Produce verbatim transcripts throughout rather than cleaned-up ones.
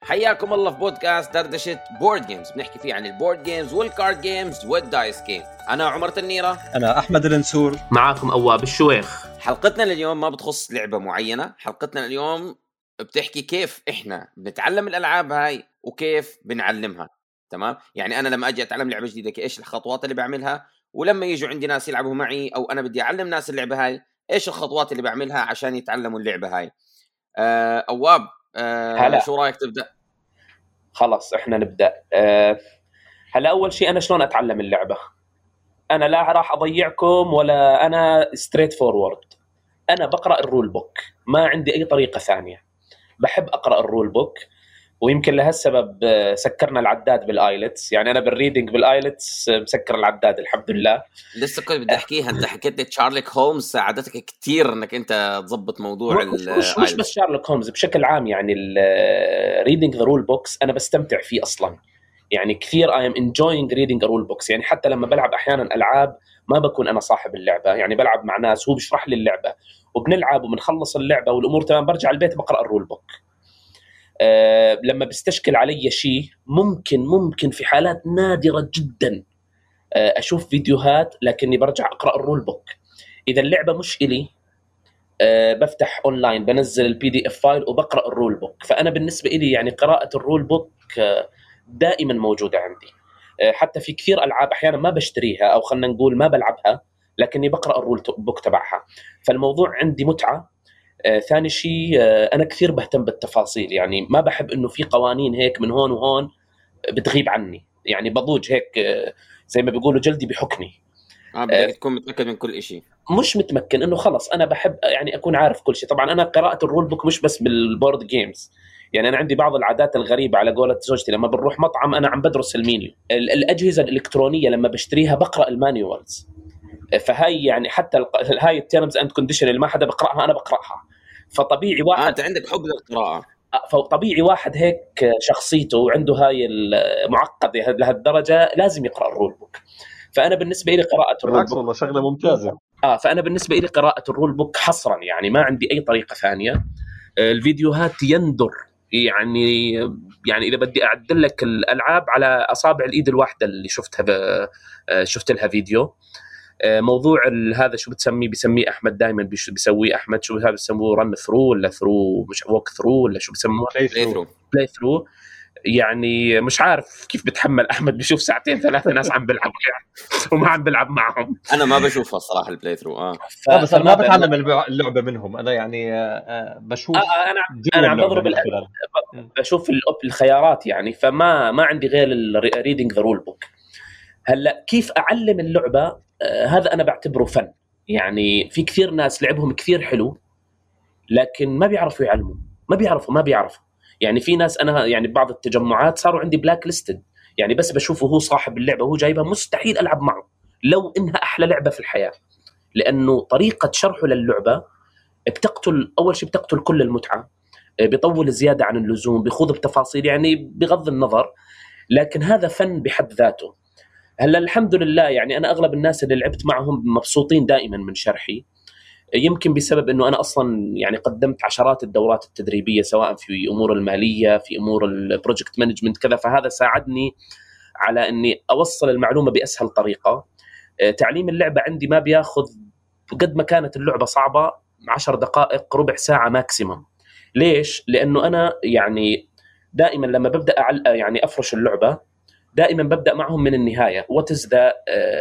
حياكم الله في بودكاست دردشة بورد جيمز، بنحكي فيه عن البورد جيمز والكارد جيمز والدايس جيم. أنا عمر تنيرة، أنا أحمد النسور، معاكم أواب الشويخ. حلقتنا اليوم ما بتخص لعبة معينة، حلقتنا اليوم بتحكي كيف إحنا بنتعلم الألعاب هاي وكيف بنعلمها. تمام؟ يعني أنا لما أجي أتعلم لعبة جديدة إيش الخطوات اللي بعملها، ولما يجوا عندي ناس يلعبوا معي أو أنا بدي أعلم ناس اللعبة هاي إيش الخطوات اللي بعملها عشان يتعلموا اللعبة هاي. أه أواب، أه شو رأيك تبدأ؟ خلاص احنا نبدأ. أه هلا أول شيء أنا شلون أتعلم اللعبة؟ أنا لا راح أضيعكم ولا أنا ستريت فورورد. أنا بقرأ الرول بوك، ما عندي أي طريقة ثانية. بحب أقرأ الرول بوك، ويمكن لهالسبب سكرنا العداد بالايلتس. يعني انا بالريدنج بالايلتس مسكر العداد الحمد لله. لسه كنت بدي احكيها، انت حكيت لي شارلوك هولمز ساعدتك كتير انك انت تضبط موضوع مش, مش, مش بس شارلوك هولمز، بشكل عام يعني الريدنج ذا رول بوكس انا بستمتع فيه اصلا. يعني كثير I am enjoying reading a rule books. يعني حتى لما بلعب احيانا العاب ما بكون انا صاحب اللعبه، يعني بلعب مع ناس هو بيشرح لي اللعبه وبنلعب وبنخلص اللعبه والامور تمام، برجع البيت بقرا الرول بوك. أه لما بيستشكل علي شيء ممكن ممكن في حالات نادرة جدا أه أشوف فيديوهات، لكني برجع أقرأ الرول بوك. إذا اللعبة مش إلي أه بفتح أونلاين، بنزل البي دي اف فايل وبقرأ الرول بوك. فأنا بالنسبة إلي يعني قراءة الرول بوك أه دائما موجودة عندي. أه حتى في كثير ألعاب أحيانا ما بشتريها أو خلنا نقول ما بلعبها، لكني بقرأ الرول بوك تبعها. فالموضوع عندي متعة. آه، ثاني شيء آه، أنا كثير بهتم بالتفاصيل، يعني ما بحب إنه في قوانين هيك من هون وهون بتغيب عني. يعني بضوج هيك آه، زي ما بيقولوا جلدي بحكني. آه بدك تكون متأكد من كل إشي، مش متمكن إنه خلص أنا بحب يعني أكون عارف كل شيء. طبعا أنا قراءة الرول بوك مش بس بالبورد جيمز، يعني أنا عندي بعض العادات الغريبة على قولة زوجتي. لما بنروح مطعم أنا عم بدرس المينيو. الأجهزة الإلكترونية لما بشتريها بقرأ المانيوالز. فهاي يعني حتى هاي التيرمز أند كونديشن اللي ما حدا بقرأها أنا بقرأها. فطبيعي واحد آه، أنت عندك حب للقراءة. فطبيعي واحد هيك شخصيته وعنده هاي المعقدة لهالدرجة لازم يقرأ الرول بوك. فأنا بالنسبة لي قراءة الرول بوك والله شغلة ممتازة. آه فأنا بالنسبة لي قراءة الرول بوك حصرا، يعني ما عندي أي طريقة ثانية. الفيديوهات يندر، يعني يعني إذا بدي أعدل لك الألعاب على أصابع الإيد الواحدة اللي شفتها شفت لها فيديو. موضوع هذا شو بتسميه؟ بيسميه أحمد دائما بيسويه أحمد شو هذا بيسموه رن ثرو ولا ثرو مش ووك ثرو ولا شو بيسموه؟ بلاي ثرو. بلاي ثرو. يعني مش عارف كيف بتحمل أحمد بيشوف ساعتين ثلاثة ناس عم بيلعبوا يعني وما عم بيلعب معهم. أنا ما بشوفها الصراحة البلاي ثرو. آه ف... بس أنا ما بتعلم اللعبة منهم، أنا يعني بشوف. آه أنا أنا عم بضرب بشوف الخيارات يعني. فما ما عندي غير الريدنج ذا رول بوك. هلا كيف أعلم اللعبة؟ آه هذا أنا بعتبره فن. يعني في كثير ناس لعبهم كثير حلو لكن ما بيعرفوا يعلموا، ما بيعرفوا ما بيعرفوا يعني في ناس أنا يعني بعض التجمعات صاروا عندي بلاك ليستد، يعني بس بشوفه هو صاحب اللعبة هو جايبها مستحيل ألعب معه لو إنها أحلى لعبة في الحياة، لأنه طريقة شرحه للعبة بتقتل أول شيء بتقتل كل المتعة، بيطول زيادة عن اللزوم، بيخوض بتفاصيل يعني بغض النظر، لكن هذا فن بحد ذاته. هلا الحمد لله يعني أنا أغلب الناس اللي لعبت معهم مبسوطين دائما من شرحي، يمكن بسبب أنه أنا أصلا يعني قدمت عشرات الدورات التدريبية سواء في أمور المالية في أمور البروجكت مانجمنت كذا، فهذا ساعدني على أني أوصل المعلومة بأسهل طريقة. تعليم اللعبة عندي ما بياخذ قد ما كانت اللعبة صعبة عشر دقائق ربع ساعة ماكسيمم. ليش؟ لأنه أنا يعني دائما لما ببدأ يعني أفرش اللعبة دائما ببدأ معهم من النهاية. What is the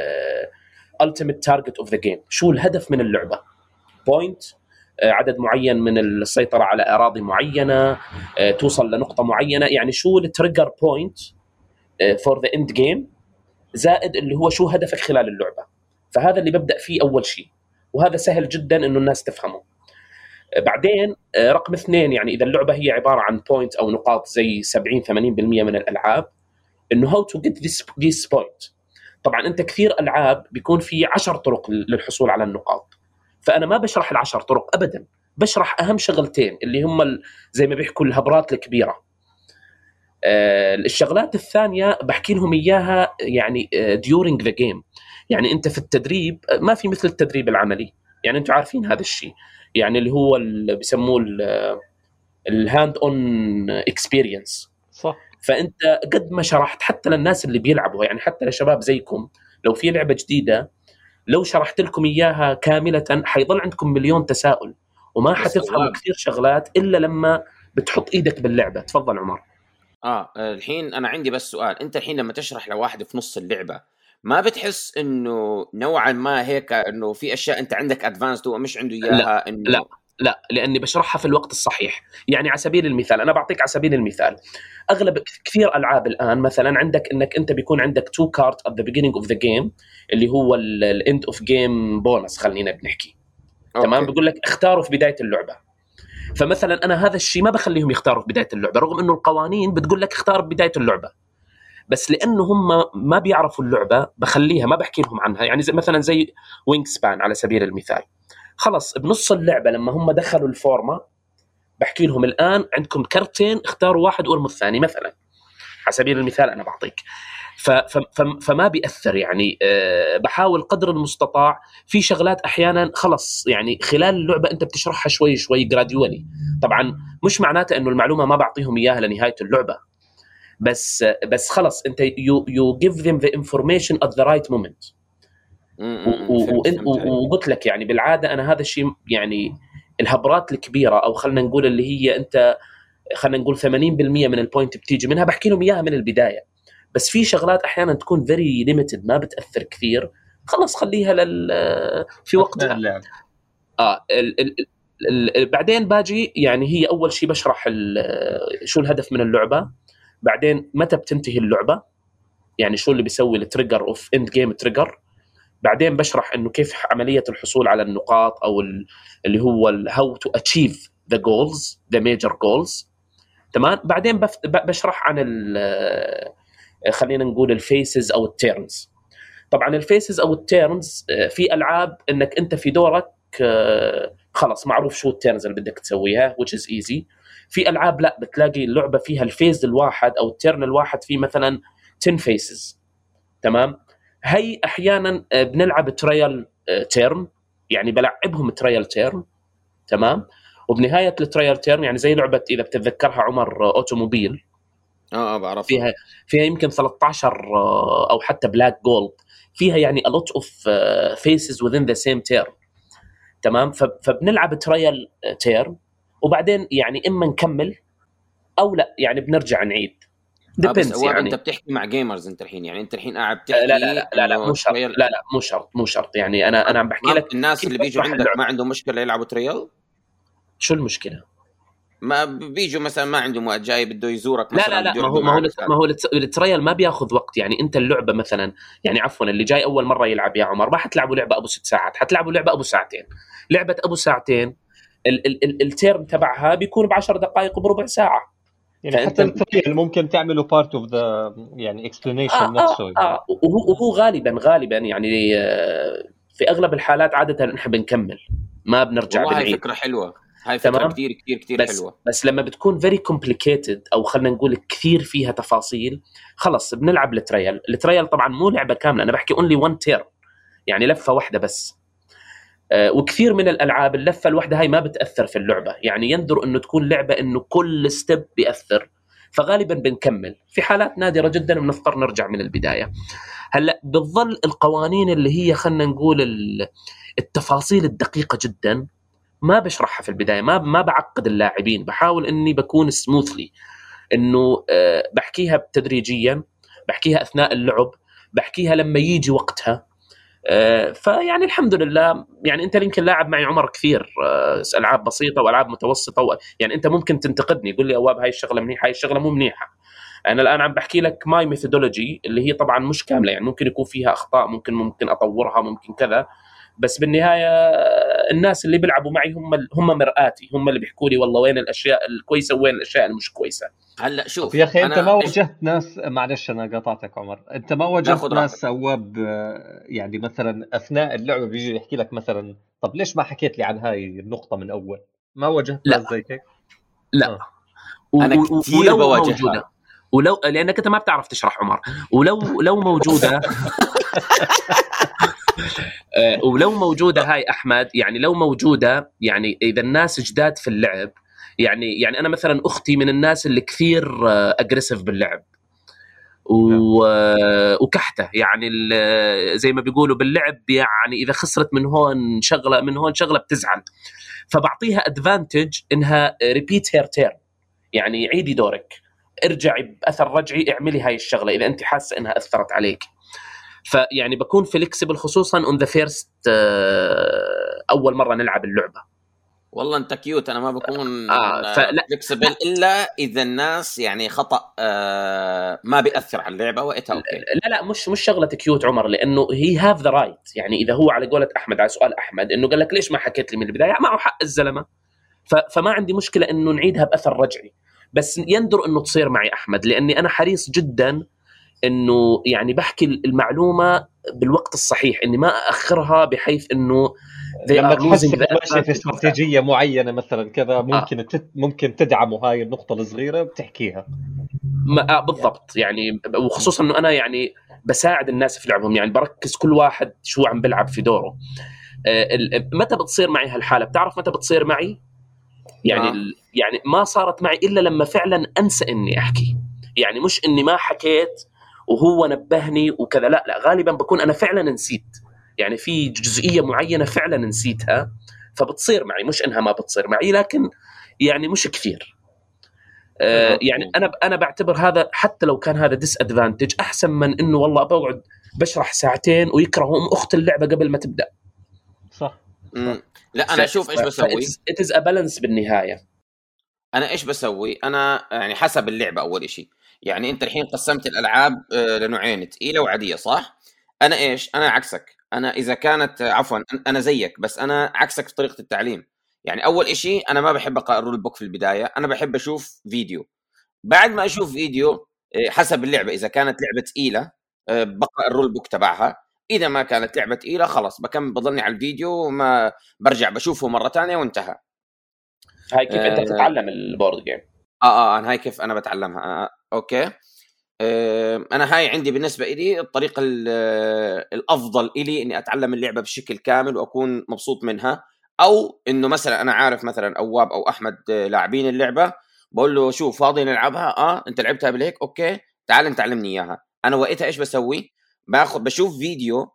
uh, ultimate target of the game؟ شو الهدف من اللعبة؟ بوينت uh, عدد معين من السيطرة على أراضي معينة، uh, توصل لنقطة معينة، يعني شو التريجر بوينت uh, for the end game، زائد اللي هو شو هدفك خلال اللعبة. فهذا اللي ببدأ فيه أول شيء، وهذا سهل جدا إنه الناس تفهمه. uh, بعدين uh, رقم اثنين، يعني إذا اللعبة هي عبارة عن بوينت أو نقاط زي سبعين ثمانين بالمئة من الألعاب، إنه how to get this, this point. طبعا أنت كثير ألعاب بيكون في عشر طرق للحصول على النقاط، فأنا ما بشرح العشر طرق أبدا، بشرح أهم شغلتين اللي هم زي ما بيحكوا الهبرات الكبيرة. آه الشغلات الثانية بحكي لهم إياها يعني آه during the game. يعني أنت في التدريب ما في مثل التدريب العملي، يعني أنتوا عارفين هذا الشيء، يعني اللي هو اللي بيسموه الهاند اون اكسبيرينس. صح. فانت قد ما شرحت حتى للناس اللي بيلعبوا، يعني حتى لشباب زيكم، لو في لعبه جديده لو شرحت لكم اياها كامله حيضل عندكم مليون تساؤل وما حتفهموا كثير شغلات الا لما بتحط ايدك باللعبه. تفضل عمر. اه الحين انا عندي بس سؤال، انت الحين لما تشرح لواحد في نص اللعبه ما بتحس انه نوعا ما هيك انه في اشياء انت عندك ادفانسد ومش عنده اياها؟ لا انه لا لا لاني بشرحها في الوقت الصحيح. يعني على سبيل المثال انا بعطيك على سبيل المثال اغلب كثير العاب الان مثلا عندك انك انت بيكون عندك تو كارت at the beginning of the game اللي هو الاند اوف جيم بونس خلينا بنحكي. أوكي. تمام. بيقول لك اختاروا في بدايه اللعبه. فمثلا انا هذا الشيء ما بخليهم يختاروا في بدايه اللعبه رغم انه القوانين بتقول لك اختار بدايه اللعبه، بس لانه هم ما بيعرفوا اللعبه بخليها ما بحكي لهم عنها. يعني زي مثلا زي وينج سبان على سبيل المثال، خلص بنص اللعبه لما هم دخلوا الفورمه بحكي لهم الان عندكم كرتين اختاروا واحد وارموا الثاني مثلا على سبيل المثال انا بعطيك. ف ف فما بيأثر. يعني أه بحاول قدر المستطاع. في شغلات احيانا خلص يعني خلال اللعبه انت بتشرحها شوي شوي جراديولي. طبعا مش معناته انه المعلومه ما بعطيهم اياها لنهايه اللعبه، بس بس خلص انت you you give them the information at the right moment. وقلت لك يعني بالعاده انا هذا الشيء يعني الهبرات الكبيره او خلينا نقول اللي هي انت خلينا نقول ثمانين بالمئة من البوينت بتيجي منها بحكي لهم اياها من البدايه. بس في شغلات احيانا تكون very limited ما بتاثر كثير، خلص خليها لل في وقتها. اه ال ال ال بعدين باجي يعني هي اول شيء بشرح شو الهدف من اللعبه، بعدين متى بتنتهي اللعبه، يعني شو اللي بيسوي التريجر اوف اند جيم تريجر، بعدين بشرح انه كيف عمليه الحصول على النقاط او اللي هو هاو تو اتشيف ذا جولز ذا ميجر جولز. تمام. بعدين بشرح عن خلينا نقول الفيسز او التيرنز. طبعا الفيسز او التيرنز في العاب انك انت في دورك خلص معروف شو التيرنز اللي بدك تسويها which is easy. في العاب لا بتلاقي اللعبه فيها الفيز الواحد او التيرن الواحد في مثلا عشرة فيسز. تمام. هي احيانا بنلعب ترايل تيرن، يعني بلعبهم ترايل تيرن. تمام. وبنهايه الترايل تيرن يعني زي لعبه اذا بتتذكرها عمر اوتوموبيل اه اه بعرفها، فيها فيها يمكن ثلاثة عشر او حتى بلاك جولد، فيها يعني a lot of faces within the same turn. تمام. فبنلعب ترايل تيرن وبعدين يعني اما نكمل او لا يعني بنرجع نعيد. ديبندز. يعني انت بتحكي مع جيمرز انت الحين، يعني انت الحين قاعد بتحكي لا لا لا, لا, لا مو شرط. لا لا مو شرط مو شرط يعني انا انا عم بحكي لك الناس اللي بيجوا عندك اللعبة. ما عندهم مشكله يلعبوا تريال؟ شو المشكله؟ ما بيجوا مثلا ما عنده وقت جاي بده يزورك مثلا. لا لا لا ما هو ما هو ما هو التريال ما بياخذ وقت. يعني انت اللعبه مثلا يعني عفوا اللي جاي اول مره يلعب يا عمر ما حتلعبوا لعبه ابو ست ساعات، حتلعبوا لعبه ابو ساعتين. لعبه ابو ساعتين التيرم تبعها بيكون بعشر دقائق وبربع ساعه. يعني حتى التريال ممكن تعملوا بارت اوف ذا يعني اكسبلانيشن آه نفسه. آه آه وهو وهو غالبا غالبا يعني في اغلب الحالات عاده نحن بنكمل ما بنرجع بنعيد. هاي فكره حلوه، هاي فكره كثير كثير كثير بس حلوه. بس لما بتكون very complicated او خلينا نقول كثير فيها تفاصيل خلص بنلعب التريال. التريال طبعا مو لعبه كامله، انا بحكي only one turn يعني لفه واحده بس. آه وكثير من الالعاب اللفه الواحده هاي ما بتاثر في اللعبه، يعني يندر انه تكون لعبه انه كل ستيب بياثر، فغالبا بنكمل. في حالات نادره جدا بنضطر نرجع من البدايه. هلا بتظل القوانين اللي هي خلينا نقول التفاصيل الدقيقه جدا ما بشرحها في البدايه، ما ما بعقد اللاعبين، بحاول اني بكون سموثلي انه أه بحكيها تدريجيا، بحكيها اثناء اللعب، بحكيها لما يجي وقتها. أه فيعني الحمد لله يعني انت يمكن لاعب معي عمر كثير أه العاب بسيطه والعاب متوسطه و... يعني انت ممكن تنتقدني يقول لي اواب هاي الشغله منيحه هاي الشغله مو منيحه. انا الان عم بحكي لك ماي ميثودولوجي اللي هي طبعا مش كامله، يعني ممكن يكون فيها اخطاء، ممكن ممكن اطورها، ممكن كذا، بس بالنهايه الناس اللي بيلعبوا معي هم هم مرآتي، هم اللي بيحكوا لي والله وين الاشياء الكويسه وين الاشياء المش كويسه. هلا شوف يا اخي انت ما واجهت ناس، معلش انا قاطعتك عمر، انت ما واجهت ناس اواب يعني مثلا اثناء اللعبه بيجي يحكي لك مثلا طب ليش ما حكيت لي عن هاي النقطه من اول؟ ما واجهت ناس زي هيك؟ لا آه. انا كثير بواجهها، ولو لانك انت ما بتعرف تشرح عمر، ولو لو موجوده ولو موجوده هاي احمد، يعني لو موجوده يعني اذا الناس جداد في اللعب يعني يعني انا مثلا اختي من الناس اللي كثير اجريسيف باللعب و... وكحته، يعني زي ما بيقولوا باللعب، يعني اذا خسرت من هون شغله من هون شغله بتزعل. فبعطيها ادفانتج انها ريبيت هير تيرن، يعني عيدي دورك، ارجعي باثر رجعي اعملي هاي الشغله اذا انت حاسه انها اثرت عليك. فيعني بكون فليكسبل خصوصا اون ذا فيرست اول مره نلعب اللعبه. والله انت كيوت. انا ما بكون آه فليكسبل الا اذا الناس يعني خطا آه ما بياثر على اللعبه وقتها اوكي. لا لا مش مش شغله كيوت عمر، لانه هي هاف ذا رايت. يعني اذا هو على قولة احمد، على سؤال احمد انه قال لك ليش ما حكيت لي من البدايه، معه حق الزلمه. فما عندي مشكله انه نعيدها باثر رجعي، بس يندر انه تصير معي احمد، لاني انا حريص جدا انه يعني بحكي المعلومه بالوقت الصحيح، اني ما اخرها بحيث انه لما تحس ماشي في استراتيجيه معينه مثلا كذا ممكن آه. تت... ممكن تدعموا هاي النقطه الصغيره بتحكيها. ما آه بالضبط يعني، وخصوصا انه انا يعني بساعد الناس في لعبهم، يعني بركز كل واحد شو عم بلعب في دوره. آه متى بتصير معي هالحاله؟ بتعرف متى بتصير معي؟ يعني آه. يعني ما صارت معي الا لما فعلا انسى اني احكي، يعني مش اني ما حكيت وهو نبهني وكذا، لا لا غالبا بكون انا فعلا نسيت، يعني في جزئيه معينه فعلا نسيتها فبتصير معي، مش انها ما بتصير معي، لكن يعني مش كثير. آه يعني انا انا بعتبر هذا حتى لو كان هذا ديس ادفانتج احسن من انه والله بقعد بشرح ساعتين ويكرهوا ام اخت اللعبه قبل ما تبدا. صح, صح. لا انا اشوف ايش بسوي. it is a balance بالنهايه. انا ايش بسوي؟ انا يعني حسب اللعبه. اول إشي يعني انت الحين قسمت الالعاب لنوعين، ثقيله وعاديه، صح؟ انا ايش؟ انا عكسك. انا اذا كانت عفوا انا زيك، بس انا عكسك في طريقه التعليم. يعني اول إشي انا ما بحب اقرا الرول بوك في البدايه، انا بحب اشوف فيديو. بعد ما اشوف فيديو حسب اللعبه، اذا كانت لعبه ثقيله بقرا الرول بوك تبعها، اذا ما كانت لعبه ثقيله خلاص بكمل بضلني على الفيديو وما برجع بشوفه مره ثانيه وانتهى. هاي كيف آه انت بتتعلم البورد جيم؟ اه اه انا هاي كيف انا بتعلمها. آه اوكي. آه انا هاي عندي بالنسبه لي الطريقه الافضل لي اني اتعلم اللعبه بشكل كامل واكون مبسوط منها. او انه مثلا انا عارف مثلا اواب او احمد لاعبين اللعبه، بقول له شوف فاضي نلعبها؟ اه انت لعبتها بالهيك؟ اوكي تعال انت علمني اياها. انا وقتها ايش بسوي؟ باخذ بشوف فيديو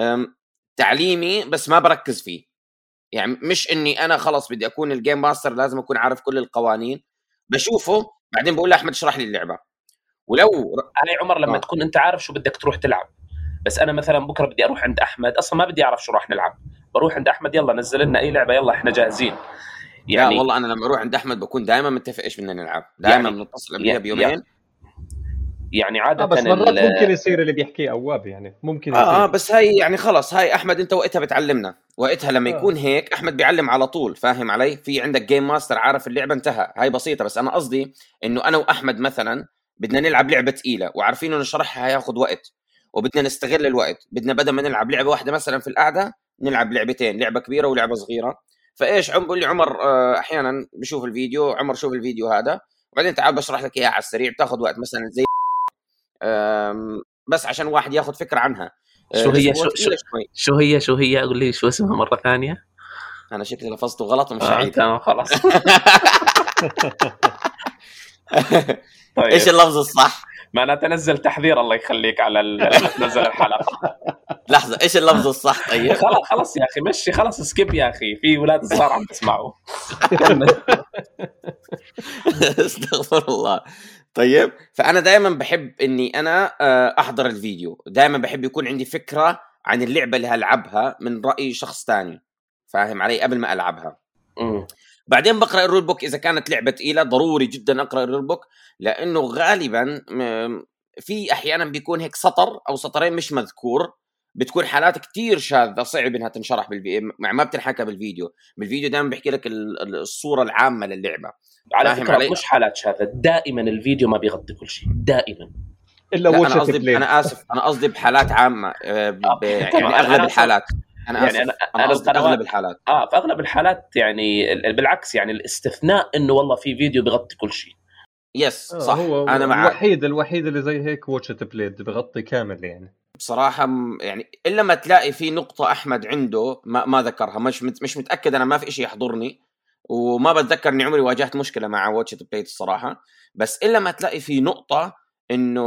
تعليمي بس ما بركز فيه، يعني مش اني انا خلص بدي اكون الجيم ماستر لازم اكون عارف كل القوانين. بشوفه بعدين بقول له احمد اشرح لي اللعبه. ولو هاي عمر لما آه. تكون انت عارف شو بدك تروح تلعب. بس انا مثلا بكره بدي اروح عند احمد، اصلا ما بدي اعرف شو راح نلعب، بروح عند احمد يلا نزل لنا اي لعبه يلا احنا جاهزين. يعني لا والله انا لما اروح عند احمد بكون دائما متفق ايش بدنا نلعب، دائما يعني بنتصل قبلها بيومين. يعني, يعني عاده آه بس مرات ممكن يصير اللي بيحكي اواب، يعني ممكن يصير. اه بس هاي يعني خلص هاي احمد انت وقتها بتعلمنا، وقتها لما آه. يكون هيك احمد بيعلم على طول، فاهم علي؟ في عندك جيم ماستر عارف اللعبه انتهى، هاي بسيطه. بس انا قصدي انه انا واحمد مثلا بدنا نلعب لعبه ثقيله وعارفين انه نشرحها هياخذ وقت، وبدنا نستغل الوقت، بدنا بدل ما نلعب لعبه واحده مثلا في القعده نلعب لعبتين، لعبه كبيره ولعبه صغيره. فايش عم بقول لي عمر احيانا بشوف الفيديو، عمر شوف الفيديو هذا وبعدين تعال بشرح لك اياها على السريع، بتاخذ وقت مثلا زي بس عشان واحد ياخذ فكره عنها. شو هي شو, شو, شو هي شو هي اقول لي شو اسمها مره ثانيه؟ انا شكلي لفظته غلط ومش آه تمام خلاص. طيب. ايش اللفظ الصح؟ ما انا تنزل تحذير الله يخليك على نزل الحلقه. لحظه ايش اللفظ الصح؟ طيب خلاص خلاص يا اخي مشي خلاص سكيب يا اخي، في اولاد الصغار عم تسمعوا. استغفر الله. طيب فانا دائما بحب اني انا احضر الفيديو، دائما بحب يكون عندي فكره عن اللعبه اللي هلعبها من راي شخص تاني، فاهم علي؟ قبل ما العبها. م. بعدين بقرا الرول بوك. اذا كانت لعبه ثقيله ضروري جدا اقرا الرول بوك، لانه غالبا في احيانا بيكون هيك سطر او سطرين مش مذكور، بتكون حالات كتير شاذة صعب انها تنشرح بالفيديو، ما بتنحكى بالفيديو. بالفيديو دائما بيحكي لك الصوره العامه للعبه. على فكره علي؟ مش حالات شاذة، دائما الفيديو ما بيغطي كل شيء دائما. الا لا انا قصدي انا اسف انا قصدي بحالات عامه ب... يعني اغلب أنا الحالات انا يعني انا انا قصدي اغلب الحالات اه في اغلب الحالات يعني بالعكس، يعني الاستثناء انه والله في فيديو بيغطي كل شيء. يس صح. هو انا معك. الوحيد الوحيد اللي زي هيك واتش ات بليد بغطي كامل يعني بصراحه. يعني الا ما تلاقي في نقطه احمد عنده ما, ما ذكرها، مش مش متاكد، انا ما في شيء يحضرني وما بتذكر اني عمري واجهت مشكله مع واتش ذا بليت الصراحه. بس الا ما تلاقي في نقطه انه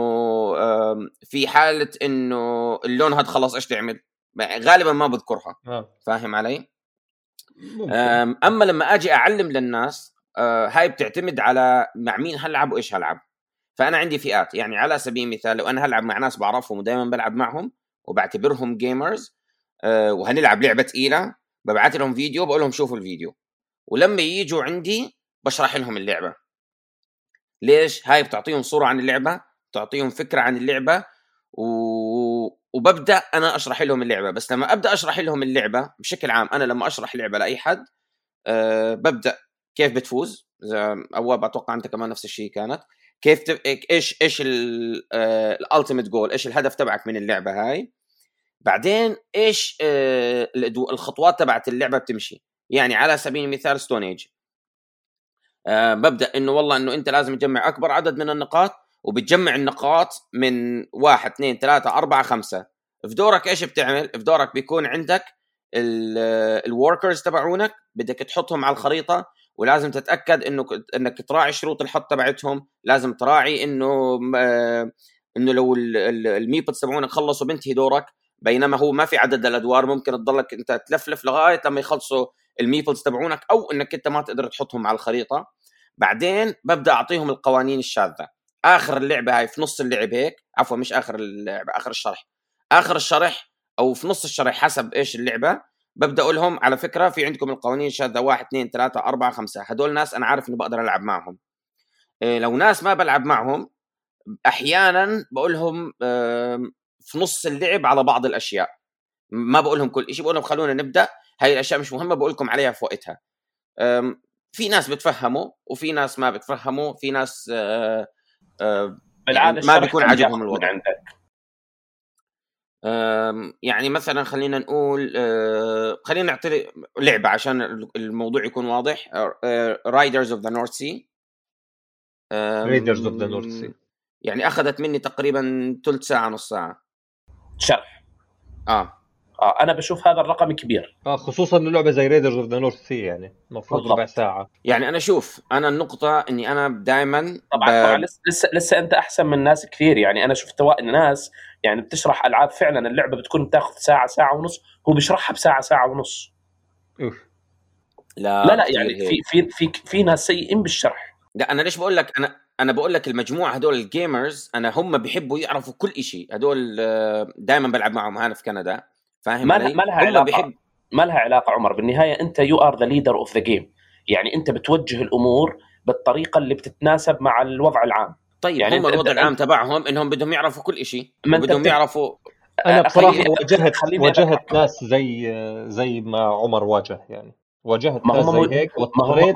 في حاله انه اللون هذا خلص ايش تعمل، غالبا ما بذكرها. آه. فاهم علي؟ اما لما اجي اعلم للناس هاي بتعتمد على مع مين هلعب وايش هلعب. فانا عندي فئات، يعني على سبيل المثال لو انا هلعب مع ناس بعرفهم ودائما بلعب معهم وبعتبرهم جيمرز وهنلعب لعبه ثقيله، ببعث لهم فيديو بقول لهم شوفوا الفيديو، ولما ييجوا عندي بشرح لهم اللعبه. ليش؟ هاي بتعطيهم صوره عن اللعبه، بتعطيهم فكره عن اللعبه، و... وببدا انا اشرح لهم اللعبه. بس لما ابدا اشرح لهم اللعبه بشكل عام، انا لما اشرح لعبه لاي حد أه ببدا كيف بتفوز، او بتوقع انت كمان نفس الشيء كانت كيف ت... ايش ايش الالتيميت جول، ايش الهدف تبعك من اللعبه هاي. بعدين ايش أه الخطوات تبعت اللعبه بتمشي. يعني على سبيل المثال ستون ايج أه ببدا انه والله انه انت لازم تجمع اكبر عدد من النقاط، وبتجمع النقاط من واحد اثنين ثلاثة أربعة خمسة. في دورك ايش بتعمل؟ في دورك بيكون عندك الوركرز تبعونك بدك تحطهم على الخريطة، ولازم تتأكد انه انك تراعي شروط الحط تبعتهم. لازم تراعي انه آه انه لو الميبلز تبعونك خلصوا بنتهي دورك، بينما هو ما في عدد الادوار، ممكن تضلك انت تلفلف لغاية لما يخلصوا الميبلز تبعونك، او انك انت ما تقدر تحطهم على الخريطة. بعدين ببدأ اعطيهم القوانين الشاذة اخر اللعبة هاي، في نص اللعب هيك، عفوا مش اخر اللعبة، اخر الشرح اخر الشرح او في نص الشرح حسب ايش اللعبة. ببدأ اقول لهم على فكرة في عندكم القوانين الشاذة واحد اثنين ثلاثة أربعة خمسة، هدول ناس انا عارف انه بقدر العب معهم. إيه لو ناس ما بلعب معهم احيانا بقول لهم في نص اللعب على بعض الاشياء، ما بقول لهم كل شيء، بقول لهم خلونا نبدأ، هاي الاشياء مش مهمة بقول لكم عليها في وقتها. في ناس بتفهموا وفي ناس ما بتفهموا، في ناس أه أه يعني ما بيكون عاجبهم الوضع. يعني مثلا خلينا نقول أه خلينا نعطي لعبة عشان الموضوع يكون واضح. رايدرز اوف ذا نورث سي رايدرز اوف ذا نورث سي يعني اخذت مني تقريبا ثلث ساعة نص ساعة شرح. اه اه انا بشوف هذا الرقم كبير، اه خصوصا اللعبه زي ريدرز اوف ذا نورث سي يعني المفروض ربع ساعه. يعني انا شوف انا النقطه اني انا دائما طبعا ب... طبعا لسه لسه لسه انت احسن من ناس كثير. يعني انا شفت ناس يعني بتشرح العاب فعلا اللعبه بتكون بتاخذ ساعه ساعه ونص، هو بيشرحها بساعه ساعه ونص. اوف لا لا لا يعني في في في في ناس سيئين بالشرح. لا انا ليش بقول لك، انا انا بقول لك المجموعه هدول الجيمرز انا هم بيحبوا يعرفوا كل شيء، هدول دائما بلعب معهم هنا في كندا. فاهم علي؟ ما لها علاقه بيحب... ما لها علاقه عمر، بالنهايه انت يو ار ذا ليدر اوف ذا جيم، يعني انت بتوجه الامور بالطريقه اللي بتتناسب مع الوضع العام. طيب يعني هم الوضع العام تبعهم انهم بدهم يعرفوا كل شيء، بدهم بت... يعرفوا. انا بصراحه واجهت واجهت ناس زي زي ما عمر واجه، يعني واجهت ناس زي هيك واضطريت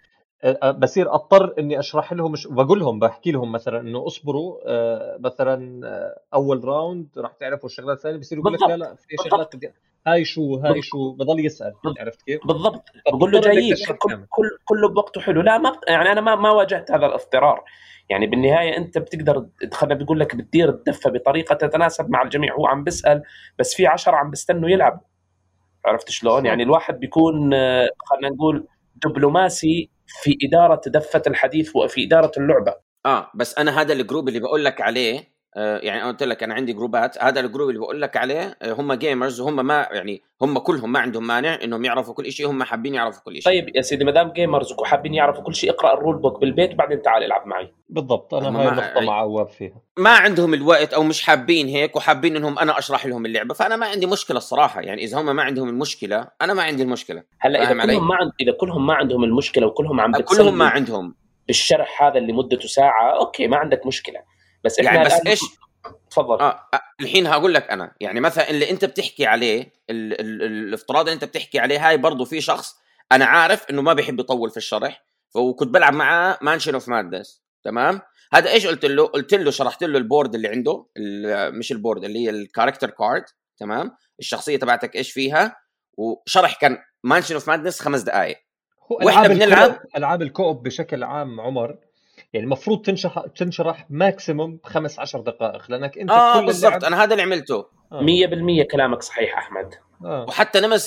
بصير اضطر اني اشرح لهم مش بقول لهم بحكي لهم مثلا انه اصبروا آه مثلا آه اول راوند راح تعرفوا الشغلات الثانيه، بصير يقول لك لا لا في شغلات بدي هاي شو هاي بالضبط. شو بضل يسال بالضبط. عرفت كيف بالضبط؟ بقول له جايين كل كل كله بوقته حلو. لا ما يعني انا ما ما واجهت هذا الاضطرار. يعني بالنهايه انت بتقدر خلينا بيقول لك بتدير الدفه بطريقه تتناسب مع الجميع. هو عم بيسال بس في عشرة عم بيستنوا يلعبوا، عرفت شلون؟ يعني الواحد بيكون خلينا نقول دبلوماسي في إدارة دفة الحديث وفي إدارة اللعبة. آه بس أنا هذا الجروب اللي بقول لك عليه آه يعني أنا قلت لك أنا عندي جروبات، هذا الجروب اللي بقول لك عليه آه هم جيمرز وهم ما يعني هم كلهم ما عندهم مانع إنهم يعرفوا كل شيء، هم حابين يعرفوا كل شيء. طيب يا سيدي ما دام جيمرز وحابين يعرفوا كل شيء اقرأ الرول بوك بالبيت بعدين تعال العب معي. بالضبط أنا هاي النقطة مع عواب فيها. ما عندهم الوقت أو مش حابين هيك وحابين إنهم أنا أشرح لهم اللعبة، فأنا ما عندي مشكلة الصراحة. يعني إذا هم ما عندهم المشكلة أنا ما عندي المشكلة. هلا إذا كلهم ما عند... إذا كلهم ما عندهم المشكلة وكلهم عم كلهم ما عندهم بالشرح هذا اللي مدته ساعة أوكي ما عندك مشكلة. بس إحنا يعني بس الآن... إيش تفضل. آه الحين هقول لك أنا يعني مثلا اللي أنت بتحكي عليه ال... ال... الافتراض اللي أنت بتحكي عليه هاي برضو في شخص أنا عارف إنه ما بيحب يطول في الشرح، وكنت بلعب معاه مانشن اوف مادنس. تمام هذا ايش قلت له؟ قلت له شرحت له البورد اللي عنده، مش البورد اللي هي الكاركتر كارد، تمام الشخصيه تبعتك ايش فيها، وشرح كان مانشن اوف مادنس خمس دقائق. واحنا بنلعب العاب الكوب بشكل عام عمر يعني المفروض تنشرح تنشرح ماكسيموم خمس عشر دقائق لانك انت آه كل بالضبط. انا هذا اللي عملته مية بالمية. كلامك صحيح احمد. آه. وحتى نمسز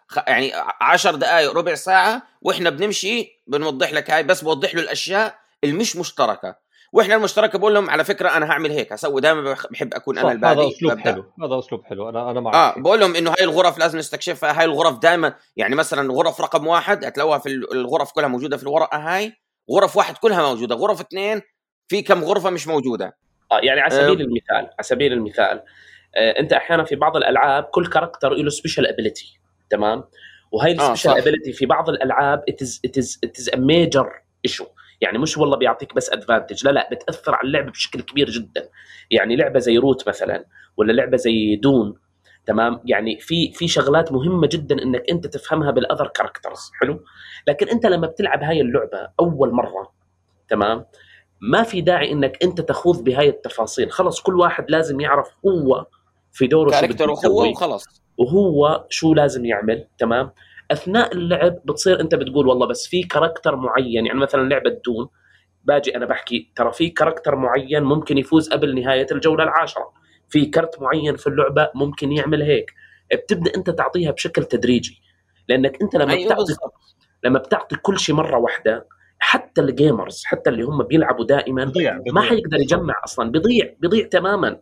يعني عشر دقائق ربع ساعه واحنا بنمشي بنوضح لك هاي، بس بوضح له الاشياء المش مشتركه، واحنا المشتركه بقول لهم على فكره انا هعمل هيك هسوي، دائما بحب اكون انا البادئ. هذا اسلوب حلو، هذا اسلوب حلو. انا انا معك. اه بقول لهم انه هاي الغرف لازم نستكشفها، هاي الغرف دائما يعني مثلا غرف رقم واحد هتلاقوها في الغرف كلها موجوده في الورقه هاي، غرف واحد كلها موجوده، غرف اثنين في كم غرفه مش موجوده. اه يعني على سبيل آه. المثال على سبيل المثال آه انت احيانا في بعض الالعاب كل كاركتر له سبيشال ابيليتي، تمام، وهي السبيشال آه ابيليتي في بعض الالعاب it is it is it is a major issue، يعني مش والله بيعطيك بس ادفانتج، لا لا بتاثر على اللعبه بشكل كبير جدا. يعني لعبه زي روت مثلا ولا لعبه زي دون، تمام، يعني في في شغلات مهمه جدا انك انت تفهمها بالاذر كاركترز، حلو، لكن انت لما بتلعب هاي اللعبه اول مره، تمام، ما في داعي انك انت تخوض بهاي التفاصيل، خلص كل واحد لازم يعرف هو في دوره شو بده يسوي وخلص، وهو شو لازم يعمل، تمام. اثناء اللعب بتصير انت بتقول والله بس في كاركتر معين، يعني مثلا لعبه دون باجي انا بحكي ترى في كاركتر معين ممكن يفوز قبل نهايه الجوله العاشره، في كرت معين في اللعبه ممكن يعمل هيك، بتبدا انت تعطيها بشكل تدريجي، لانك انت لما أيوة بتعطي لما بتعطي كل شيء مره واحده، حتى الجيمرز حتى اللي هم بيلعبوا دائما بضيع بضيع. ما حيقدر يجمع اصلا، بيضيع بيضيع تماما.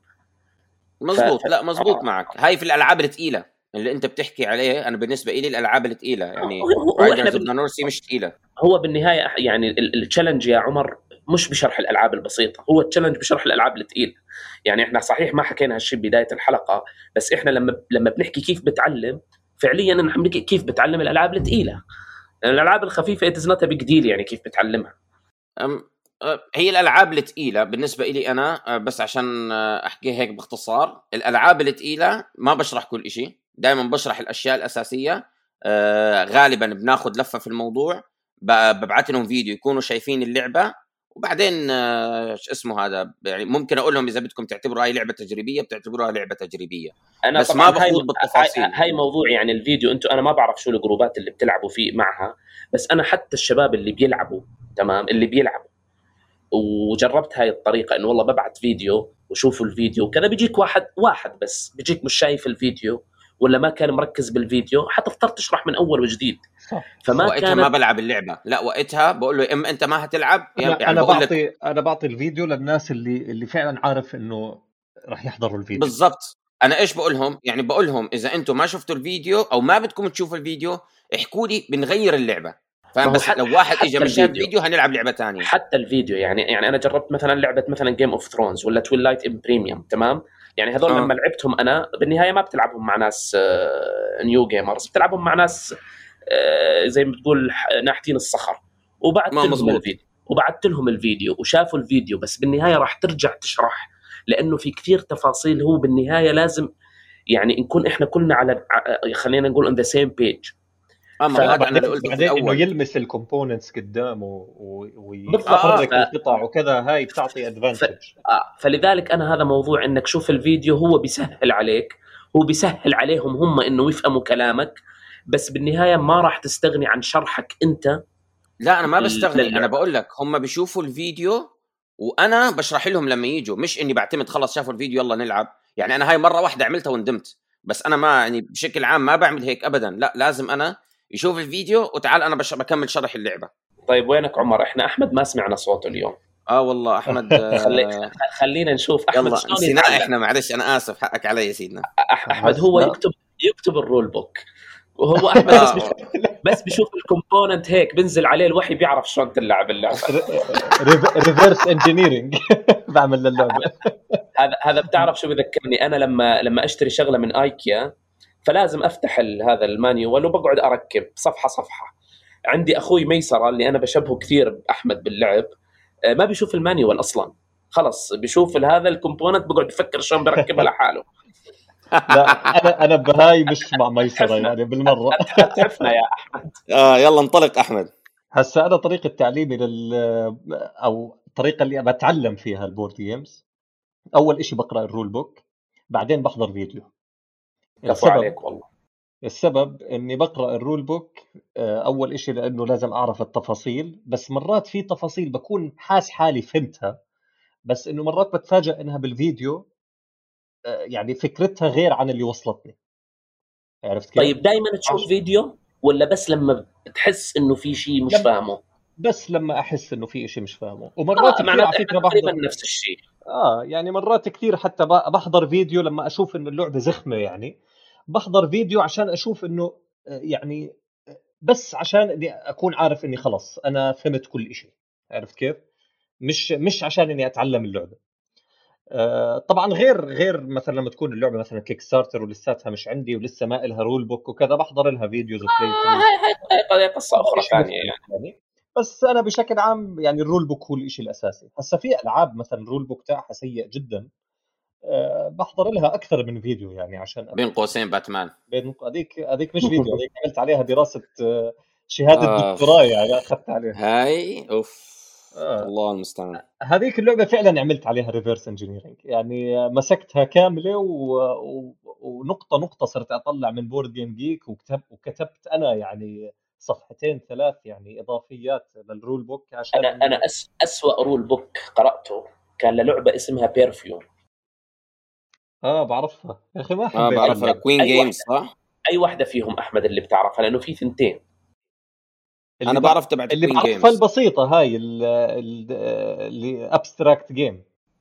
مزبوط ف... لا مزبوط آه. معك. هاي في الالعاب الثقيله اللي انت بتحكي عليه، انا بالنسبه لي الالعاب الثقيله يعني رايدرز اوف ذا نورث سي مش ثقيله. هو بالنهايه يعني التشالنج يا عمر مش بشرح الالعاب البسيطه، هو التشالنج بشرح الالعاب الثقيله. يعني احنا صحيح ما حكينا هالشيء بدايه الحلقه، بس احنا لما لما بنحكي كيف بتعلم فعليا نحن بنحكي كيف بتعلم الالعاب الثقيله. الالعاب الخفيفه اتز نوت بيج ديل، يعني كيف بتعلمها. أم هي الالعاب الثقيله بالنسبه لي انا، بس عشان احكي هيك باختصار، الالعاب الثقيله ما بشرح كل شيء، دائما بشرح الاشياء الاساسيه. غالبا بناخذ لفه في الموضوع، ببعث لهم فيديو يكونوا شايفين اللعبه، وبعدين ايش اسمه هذا، يعني ممكن اقول لهم اذا بدكم تعتبروا هاي لعبه تجريبيه بتعتبروها لعبه تجريبيه، أنا بس ما بخوض بالتفاصيل. هاي, هاي موضوع يعني الفيديو انتم انا ما بعرف شو الجروبات اللي بتلعبوا فيه معها، بس انا حتى الشباب اللي بيلعبوا، تمام، اللي بيلعبوا وجربت هاي الطريقه انه والله ببعث فيديو وشوفوا الفيديو وكذا، بيجيك واحد واحد بس بيجيك مش شايف الفيديو ولا ما كان مركز بالفيديو، حتضطر تشرح من اول وجديد. فما وقتها كانت... ما بلعب اللعبه، لا وقتها بقول له اما انت ما هتلعب يعني انا, أنا بعطي لك... انا بعطي الفيديو للناس اللي اللي فعلا عارف انه راح يحضروا الفيديو بالضبط. انا ايش بقول لهم؟ يعني بقول لهم اذا انتم ما شفتوا الفيديو او ما بدكم تشوفوا الفيديو احكوا لي بنغير اللعبه، فاهم؟ بس لو واحد اجى مش شاف الفيديو هنلعب لعبه ثانيه. حتى الفيديو يعني يعني انا جربت مثلا لعبه مثلا جيم اوف ثرونز ولا تويلايت ام بريميوم، تمام، يعني هذول آه. لما لعبتهم انا بالنهايه ما بتلعبهم مع ناس آه نيو جيمرز، بتلعبهم مع ناس آه زي ما بتقول ناحتين الصخر، وبعدت لهم الفيديو وبعدت لهم الفيديو وشافوا الفيديو، بس بالنهايه راح ترجع تشرح لانه في كثير تفاصيل. هو بالنهايه لازم يعني نكون احنا كلنا على خلينا نقول on the same page. اما هذا انا اللي قلته في الاول، انه يلمس الكومبوننتس قدامه ويفرق آه القطع وكذا، هاي بتعطي ادفانتج. آه فلذلك انا هذا موضوع انك شوف الفيديو هو بيسهل عليك، هو بيسهل عليهم هم انه يفهموا كلامك، بس بالنهايه ما راح تستغني عن شرحك انت. لا انا ما بستغني، انا بقول لك هم بيشوفوا الفيديو وانا بشرح لهم لما يجوا، مش اني بعتمد خلص شافوا الفيديو يلا نلعب. يعني انا هاي مره واحده عملتها وندمت، بس انا ما يعني بشكل عام ما بعمل هيك ابدا، لا لازم انا يشوف الفيديو وتعال انا بش... بكمل شرح اللعبه. طيب وينك عمر؟ احنا احمد ما سمعنا صوته اليوم. اه والله احمد خلي... خلينا نشوف احمد يلا نسينا احنا، معلش انا اسف، حقك علي يا سيدنا. احمد هو يكتب يكتب الرول بوك، وهو احمد بس بيشوف بس بيشوف الكومبوننت هيك بنزل عليه الوحي بيعرف شلون تلعب اللعبه. ريفرس انجينيرنج بعمل للعبه. هذا هذا بتعرف شو بذكرني؟ انا لما لما اشتري شغله من ايكيا فلازم افتح هذا المانيوال وبقعد اركب صفحه صفحه. عندي اخوي ميسره اللي انا بشبهه كثير باحمد باللعب، ما بيشوف المانيوال اصلا، خلص بيشوف هذا الكومبوننت بقعد يفكر شلون بركبها لحاله. لا انا انا بهاي مش مع ميسره يعني بالمره. تعرفنا يا احمد. اه يلا انطلق احمد. هسه انا طريقه تعليمي لل او الطريقه اللي بتعلم فيها البورد جيمز، اول إشي بقرا الرول بوك، بعدين بحضر فيديو. السبب عليك والله السبب اني بقرا الرول بوك اول إشي لانه لازم اعرف التفاصيل، بس مرات في تفاصيل بكون حاس حالي فهمتها، بس انه مرات بتفاجئ انها بالفيديو يعني فكرتها غير عن اللي وصلتني. عرفت كيف؟ طيب دائما تشوف عش... فيديو ولا بس لما تحس انه في شيء مش لم... فاهمه؟ بس لما احس انه في شيء مش فاهمه. ومرات آه كثير على فكره تقريبا نفس الشيء. اه يعني مرات كثير حتى بحضر فيديو لما اشوف انه اللعبه زخمه، يعني بحضر فيديو عشان اشوف انه يعني بس عشان اني اكون عارف اني خلص انا فهمت كل شيء. عرفت كيف؟ مش مش عشان اني اتعلم اللعبه. آه طبعا غير غير مثلا لما تكون اللعبه مثلا كيك ستارتر ولساتها مش عندي ولسه ما لها رول بوك وكذا، بحضر لها فيديوز وبلاي ثرو. هاي هاي قصه اخرى ثانيه يعني. يعني بس انا بشكل عام يعني الرول بوك هو الشيء الاساسي. هسه في العاب مثلا الرول بوك تاعها سيء جدا، أه بحضر لها اكثر من فيديو يعني عشان بين قوسين باتمان. بين هذيك هذيك مش فيديو، هذيك عملت عليها دراسه شهاده آه دكتوراه يعني اخذت عليها. هاي اوف آه. الله المستعان. هذيك اللعبه فعلا عملت عليها ريفيرس انجينيرنج، يعني مسكتها كامله و... و... ونقطه نقطه صرت اطلع من بورد جيم جيك وكتب وكتبت انا يعني صفحتين ثلاث يعني اضافيات للرول بوك عشان انا انا أس... اسوأ رول بوك قراته كان للعبه اسمها بيرفيوم. اه بعرفها يا اخي، ما حبيت. اه بعرفها كوين جيمز صح؟ اي واحده فيهم احمد اللي بتعرفها؟ لانه في ثنتين. انا بعرف تبعت اللي كوين بعرفها البسيطه هاي اللي ابستراكت جيم.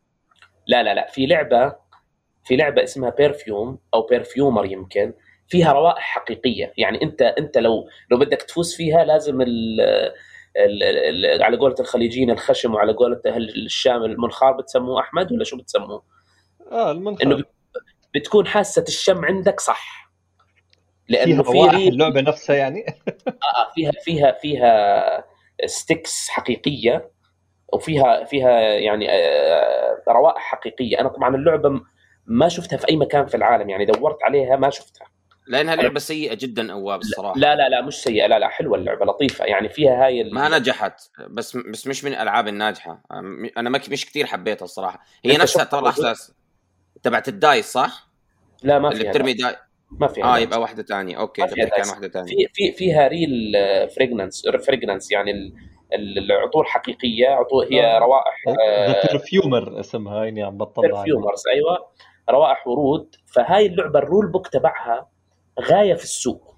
لا لا لا في لعبه في لعبه اسمها بيرفيوم او بيرفيومر، يمكن فيها روائح حقيقيه. يعني انت انت لو لو بدك تفوز فيها لازم ال ال ال على قولة الخليجيين الخشم، وعلى قولة اهل الشام المنخار بتسموه احمد ولا شو بتسموه؟ اه المنخار. انه بتكون حاسه الشم عندك صح، لانه في ريل اللعبه نفسها يعني اه فيها فيها فيها ستيكس حقيقيه، وفيها فيها يعني روائح حقيقيه. انا طبعا اللعبه ما شفتها في اي مكان في العالم، يعني دورت عليها ما شفتها لانها لعبه سيئه جدا اواب الصراحه. لا لا لا مش سيئه، لا لا حلوه اللعبه لطيفه، يعني فيها هاي ما نجحت، بس بس مش من الالعاب الناجحه. انا مش كثير حبيتها الصراحه. هي نفسها ترى احساس تبعت الدايس صح؟ لا ما اللي فيها بترمي داي ما فيها اه دايس. يبقى واحده ثانيه. اوكي بدي كان واحده ثانيه. في في فيها ريل فريجنانس فريجنانس يعني العطور حقيقيه، عطور هي آه. روائح ذا برفيومر اسمها يعني عم بطلع برفيومرز ايوه روائح ورود. فهاي اللعبه الرول بوك تبعها غايه في السوق،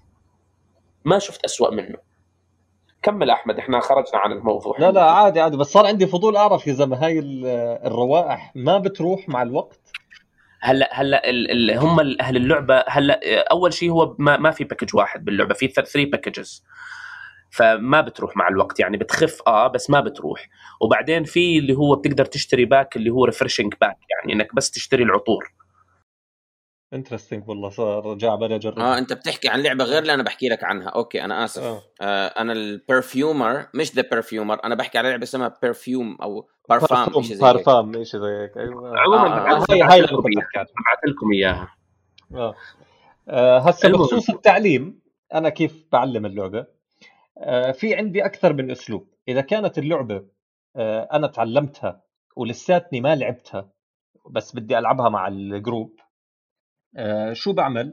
ما شفت أسوأ منه. كمل أحمد، إحنا خرجنا عن الموضوع. لا لا عادي عادي، بس صار عندي فضول أعرف يا زلمة هاي الروائح ما بتروح مع الوقت. هلا هلا ال ال هم اهل اللعبه. هلا اول شيء هو ما, ما في باكج واحد باللعبه، في ثلاث باكجز، فما بتروح مع الوقت يعني بتخف اه بس ما بتروح. وبعدين في اللي هو بتقدر تشتري باك اللي هو ريفرشنج باك، يعني انك بس تشتري العطور. انترستينج والله، صار رجع بدي اجرب. اه انت بتحكي عن لعبه غير اللي انا بحكي لك عنها. اوكي انا اسف. آه. آه انا البرفيومر مش ذا برفيومر، انا بحكي على لعبه اسمها برفيوم او بارفام شيء زي هيك. بارفام شيء زي هيك. ايوه عموما آه. هاي هاي اللي كنت بعث لكم اياها. اه, آه هسه بخصوص التعليم انا كيف بعلم اللعبه. آه في عندي اكثر من اسلوب. اذا كانت اللعبه آه انا تعلمتها ولساتني ما لعبتها بس بدي العبها مع الجروب، آه شو بعمل؟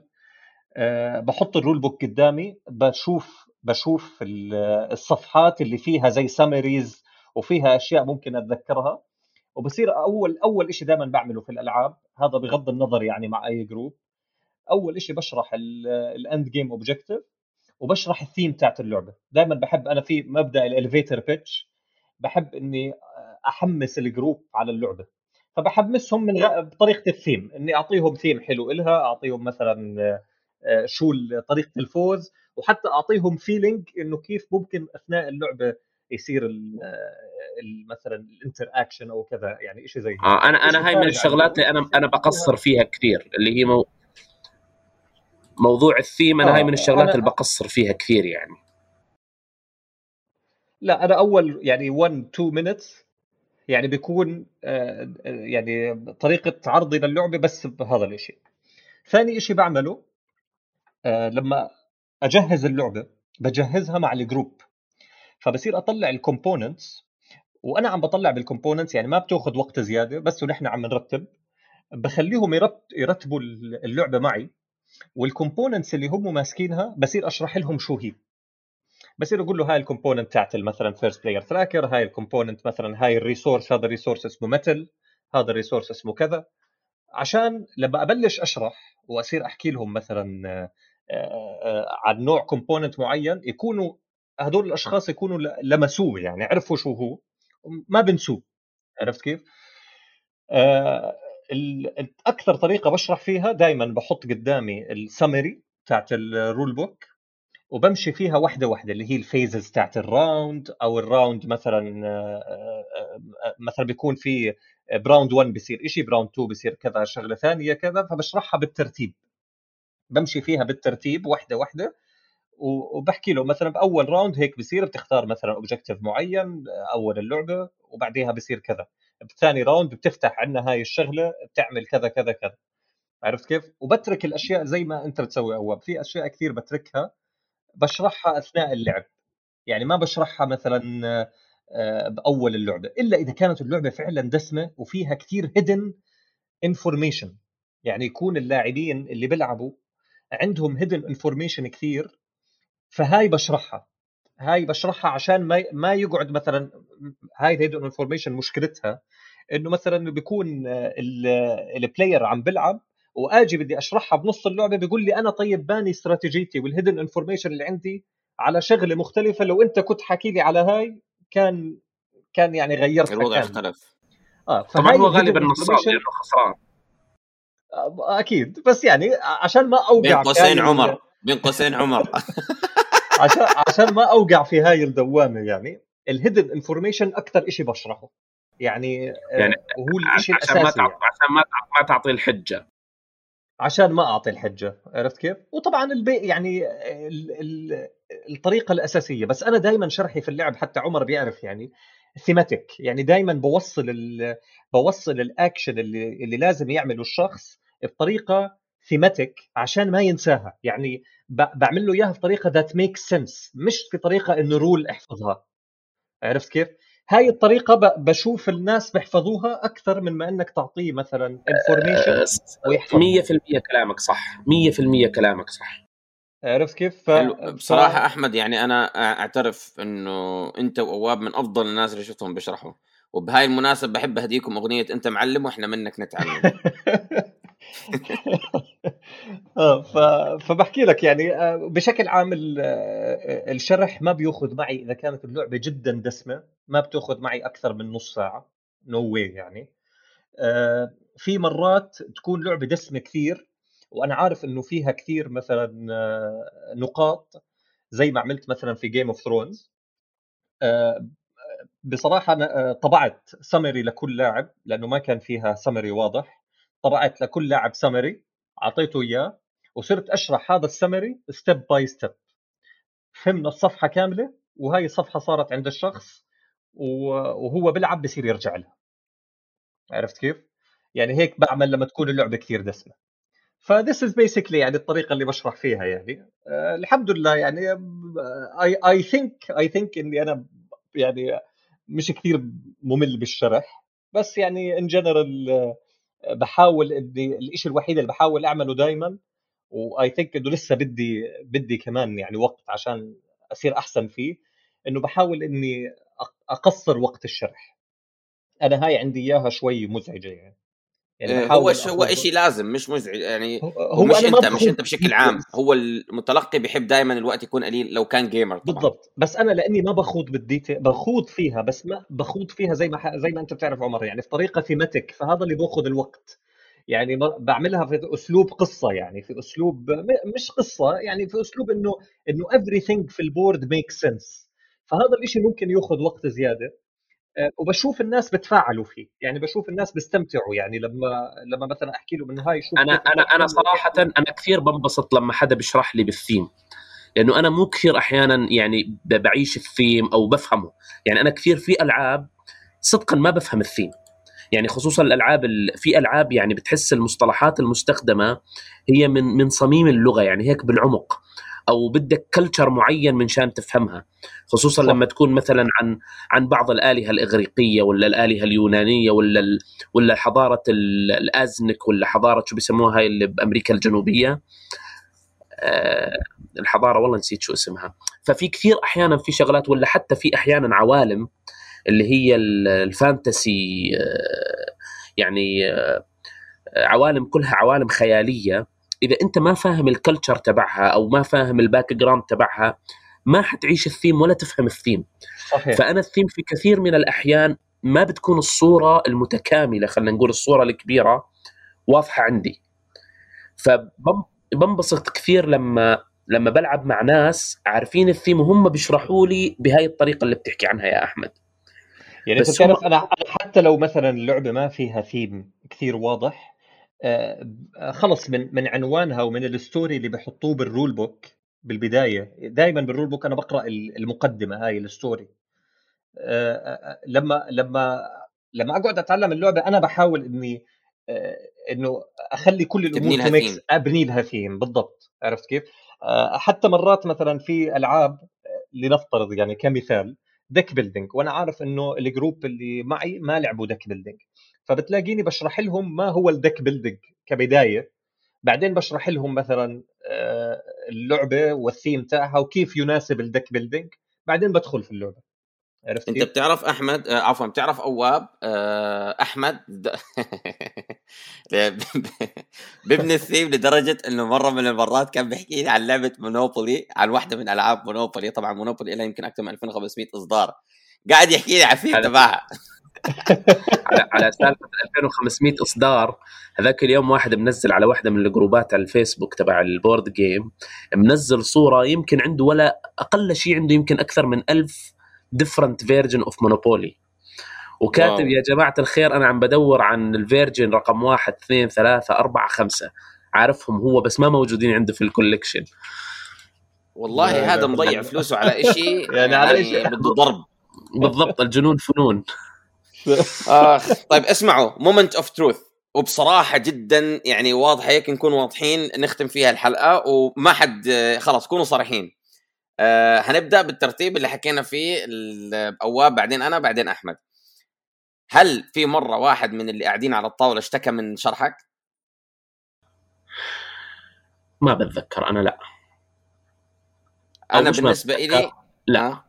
أه بحط الرول بوك قدامي، بشوف بشوف الصفحات اللي فيها زي سامريز وفيها اشياء ممكن اتذكرها، وبصير اول اول شيء دائما بعمله في الالعاب هذا بغض النظر يعني مع اي جروب، اول شيء بشرح الاند جيم اوبجكتيف وبشرح الثيم تاعت اللعبه. دائما بحب انا في مبدا الاليفيتر بيتش، بحب اني احمس الجروب على اللعبه، فبحمسهم من غ... بطريقه الثيم، اني اعطيهم ثيم حلو إلها، اعطيهم مثلا شو طريقه الفوز، وحتى اعطيهم فيلينج انه كيف ممكن اثناء اللعبه يصير مثلا الانتر اكشن او كذا، يعني شيء زي هيك. آه انا انا هاي من الشغلات اللي انا انا بقصر فيها كثير، اللي هي مو... موضوع الثيم. انا آه هاي من الشغلات أنا... اللي بقصر فيها كثير يعني. لا انا اول يعني واحد اثنين minutes يعني بيكون يعني طريقه عرضي للعبه بس بهذا الشيء. ثاني شيء بعمله لما اجهز اللعبه بجهزها مع الجروب، فبصير اطلع الكومبوننتس وانا عم بطلع بالكومبوننتس، يعني ما بتاخذ وقت زياده، بس ونحن عم نرتب بخليهم يرتبوا اللعبه معي، والكومبوننتس اللي هم ماسكينها بصير اشرح لهم شو هي. بصير اقول له هاي الكومبوننت تاعت مثلا فيرست بلاير تراكر، هاي الكومبوننت مثلا هاي الريسورس، هذا الريسورس اسمه ميتل، هذا الريسورس اسمه كذا، عشان لما ابلش اشرح واصير احكي لهم مثلا عن نوع كومبوننت معين، يكونوا هذول الاشخاص يكونوا لمسوه، يعني عرفوا شو هو ما بنسوه. عرفت كيف؟ آه اكثر طريقه بشرح فيها دائما بحط قدامي السمري تاعت الرول بوك وبمشي فيها واحده واحده، اللي هي الفيزز تاعت الراوند، او الراوند مثلا مثلا بيكون في براوند واحد بيصير إشي، براوند اثنين بيصير كذا، شغله ثانيه كذا، فبشرحها بالترتيب، بمشي فيها بالترتيب واحده واحده، وبحكي له مثلا باول راوند هيك بصير، بتختار مثلا اوبجكتيف معين اول اللعبه، وبعديها بصير كذا، بثاني راوند بتفتح عندنا هاي الشغله بتعمل كذا كذا كذا. عرفت كيف؟ وبترك الاشياء زي ما انت بتسوي اول، في اشياء كثير بتركها بشرحها اثناء اللعب، يعني ما بشرحها مثلا باول اللعبه الا اذا كانت اللعبه فعلا دسمه وفيها كثير هيدن انفورميشن، يعني يكون اللاعبين اللي بيلعبوا عندهم هيدن انفورميشن كثير، فهاي بشرحها هاي بشرحها عشان ما ما يقعد مثلا هاي هيدن انفورميشن مشكلتها انه مثلا بيكون البلاير عم بيلعب واجي بدي اشرحها بنص اللعبه بيقول لي انا طيب باني استراتيجيتي والهيدن انفورميشن اللي عندي على شغله مختلفه، لو انت كنت حكي لي على هاي كان كان يعني غيرتها الوضع اختلف. اه طبعا هو غالبا نصاب لانه خسران اكيد، بس يعني عشان ما اوقع بين قوسين عمر بين قوسين عمر عشان عشان ما اوقع في هاي الدوامه، يعني الهيدن انفورميشن اكثر شيء بشرحه، يعني يعني وهو الشيء الاساسي، عشان ما تعطي يعني. عشان ما ما تعطي الحجه عشان ما اعطي الحجه. عرفت كيف؟ وطبعا البي يعني ال ال الطريقه الاساسيه، بس انا دائما شرحي في اللعب حتى عمر بيعرف يعني ثيماتيك، يعني دائما بوصل ال بوصل الاكشن اللي اللي لازم يعمله الشخص بطريقه ثيماتيك عشان ما ينساها، يعني بعمل له اياها بطريقه ذات ميك سنس، مش في طريقه انه رول احفظها. عرفت كيف؟ هاي الطريقه بشوف الناس بيحفظوها اكثر من ما انك تعطيه مثلا انفورميشن ويحفظها. مية بالمية كلامك صح، مية بالمية كلامك صح. عرفت كيف؟ ف... بصراحه ف... احمد، يعني انا اعترف انه انت وأواب من افضل الناس اللي شفتهم بيشرحوا، وبهاي المناسبه بحب اهديكم اغنيه انت معلم واحنا منك نتعلم. اه ف... فبحكي لك يعني بشكل عام الشرح ما بياخذ معي اذا كانت اللعبه جدا دسمه، ما بتاخذ معي اكثر من نص ساعه، نو no واي يعني. آه في مرات تكون لعبه دسمه كثير وانا عارف انه فيها كثير مثلا آه نقاط، زي ما عملت مثلا في جيم اوف ثرونز. آه بصراحه أنا طبعت سمري لكل لاعب لانه ما كان فيها سمري واضح، طبعت لكل لاعب سمري اعطيته اياه وصرت اشرح هذا السمري ستيب باي ستيب، فهمنا الصفحه كامله، وهي الصفحه صارت عند الشخص وهو بيلعب بصير يرجع لها. عرفت كيف؟ يعني هيك بعمل لما تكون اللعبه كثير دسمه. فذس از بيسكلي يعني الطريقه اللي بشرح فيها يعني. أه الحمد لله يعني اي اي ثينك اي ثينك اني انا يعني مش كثير ممل بالشرح، بس يعني ان جنرال بحاول اني الشيء الوحيد اللي بحاول اعمله دائما، واي ثينك انه لسه بدي بدي كمان يعني وقت عشان اصير احسن فيه، انه بحاول اني اقصر وقت الشرح. انا هاي عندي اياها شوي مزعجه يعني. يعني هو ش... هو شيء لازم مش مزعج يعني، هو ومش انت مش انت بشكل عام، هو المتلقي بيحب دائما الوقت يكون قليل لو كان جيمر طبعا. بالضبط، بس انا لاني ما بخوض بالديتيل، بخوض فيها بس ما بخوض فيها زي ما ح... زي ما انت بتعرف عمر، يعني في طريقه ثيماتيك، فهذا اللي باخذ الوقت، يعني بعملها في اسلوب قصه، يعني في اسلوب مش قصه، يعني في اسلوب انه انه everything في البورد ميك سنس، فهذا الشيء ممكن ياخذ وقت زياده. وبشوف الناس بتفاعلوا فيه، يعني بشوف الناس بيستمتعوا، يعني لما لما مثلا احكي له انه هاي شوف انا انا انا صراحه انا كثير بنبسط لما حدا بيشرح لي بالثيم، لانه انا مو كثير احيانا يعني بعيش الثيم او بفهمه، يعني انا كثير في العاب صدقا ما بفهم الثيم، يعني خصوصا الالعاب في العاب يعني بتحس المصطلحات المستخدمه هي من من صميم اللغه، يعني هيك بالعمق، او بدك كلتشر معين من شان تفهمها، خصوصا صح. لما تكون مثلا عن عن بعض الالهه الاغريقيه ولا الالهه اليونانيه ولا ال ولا حضاره الازنك ولا حضاره شو بيسموها هاي اللي بامريكا الجنوبيه، أه الحضاره والله نسيت شو اسمها. ففي كثير احيانا في شغلات، ولا حتى في احيانا عوالم اللي هي الفانتسي، أه يعني أه عوالم كلها عوالم خياليه، اذا انت ما فاهم الكلتشر تبعها او ما فاهم الباك جراوند تبعها ما حتعيش الثيم ولا تفهم الثيم. صحيح. فانا الثيم في كثير من الاحيان ما بتكون الصوره المتكامله، خلينا نقول الصوره الكبيره واضحه عندي. فبنبسط كثير لما لما بلعب مع ناس عارفين الثيم وهم بيشرحوا لي بهاي الطريقه اللي بتحكي عنها يا احمد. يعني انت بتعرف هم... انا حتى لو مثلا اللعبه ما فيها ثيم كثير واضح، آه خلص من من عنوانها ومن الستوري اللي بيحطوه بالرول بوك بالبدايه. دائما بالرول بوك انا بقرا المقدمه هاي الستوري. آه لما لما لما اقعد اتعلم اللعبه انا بحاول اني آه انه اخلي كل الامور تميكس، ابني لها ثيم بالضبط. عرفت كيف؟ آه حتى مرات مثلا في العاب لنفترض يعني كمثال ديك بيلدينج، وانا عارف انه الجروب اللي معي ما لعبوا ديك بيلدينج، فبتلاقيني بشرح لهم ما هو الديك بيلدينج كبدايه، بعدين بشرح لهم مثلا اللعبه والثيم تاعها وكيف يناسب الديك بيلدينج، بعدين بدخل في اللعبه. عرفت انت كيف؟ بتعرف احمد آه عفوا بتعرف اواب آه احمد بابن الثيم لدرجه انه مره من المرات كان بيحكي لي عن لعبه مونوبولي، عن واحده من العاب مونوبولي. طبعا مونوبولي لها يمكن اكثر من ألفين وخمسمية اصدار، قاعد يحكي لي على الثيم تبعها على على سالفه ألفين وخمسمية اصدار. هذاك اليوم واحد منزل على واحده من الجروبات على الفيسبوك تبع البورد جيم، منزل صوره يمكن عنده ولا اقل شيء عنده يمكن اكثر من ألف different version of Monopoly، وكاتب واو. يا جماعة الخير أنا عم بدور عن الفيرجن رقم واحد اثنين ثلاثة أربعة خمسة، عارفهم هو بس ما موجودين عنده في الكوليكشن. والله هذا مضيع فلوسه على إشي يعني على إشي بده ضرب. بالضبط، الجنون فنون. آه طيب اسمعوا Moment of Truth، وبصراحة جدا يعني واضحة هيك نكون واضحين نختم فيها الحلقة وما حد خلاص كونوا صريحين. أه هنبدأ بالترتيب اللي حكينا فيه، الأواب بعدين أنا بعدين أحمد. هل في مرة واحد من اللي قاعدين على الطاولة اشتكى من شرحك؟ ما بتذكر أنا، لا أنا بالنسبة إلي لا أه؟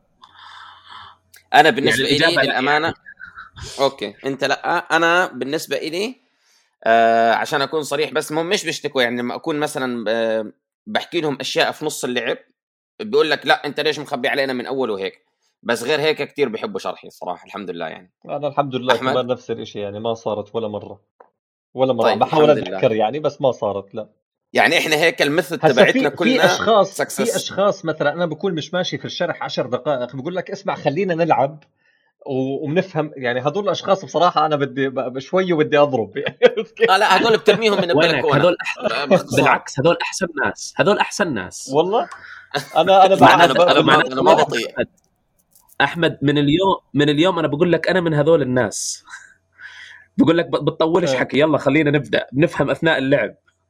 أنا بالنسبة يعني إلي الأمانة يعني. أوكي أنت لا، أنا بالنسبة إلي أه عشان أكون صريح بس هم مش بيشتكوا، يعني لما أكون مثلا أه بحكي لهم أشياء في نص اللعب بيقول لك لا انت ليش مخبي علينا من اول وهيك، بس غير هيك كتير بيحبوا شرحي الصراحه الحمد لله. يعني انا الحمد لله كمان نفس الشيء، يعني ما صارت ولا مره ولا مره. طيب بحاول اتذكر يعني بس ما صارت. لا يعني احنا هيك المثل تبعتنا كلنا. في اشخاص success. في اشخاص مثلا انا بكون مش ماشي في الشرح عشر دقائق بقول لك اسمع خلينا نلعب وبنفهم، يعني هذول الاشخاص بصراحه انا بدي شويه بدي اضرب يعني. اه لا هذول بترميهم من البلكونه. هذول بالعكس هذول احسن ناس، هذول احسن ناس والله. انا انا أنا, أنا, أنا, أنا ما بطيء احمد. من اليوم من اليوم انا بقول لك انا من هذول الناس. بقول لك بتطولش حكي، يلا خلينا نبدا بنفهم اثناء اللعب.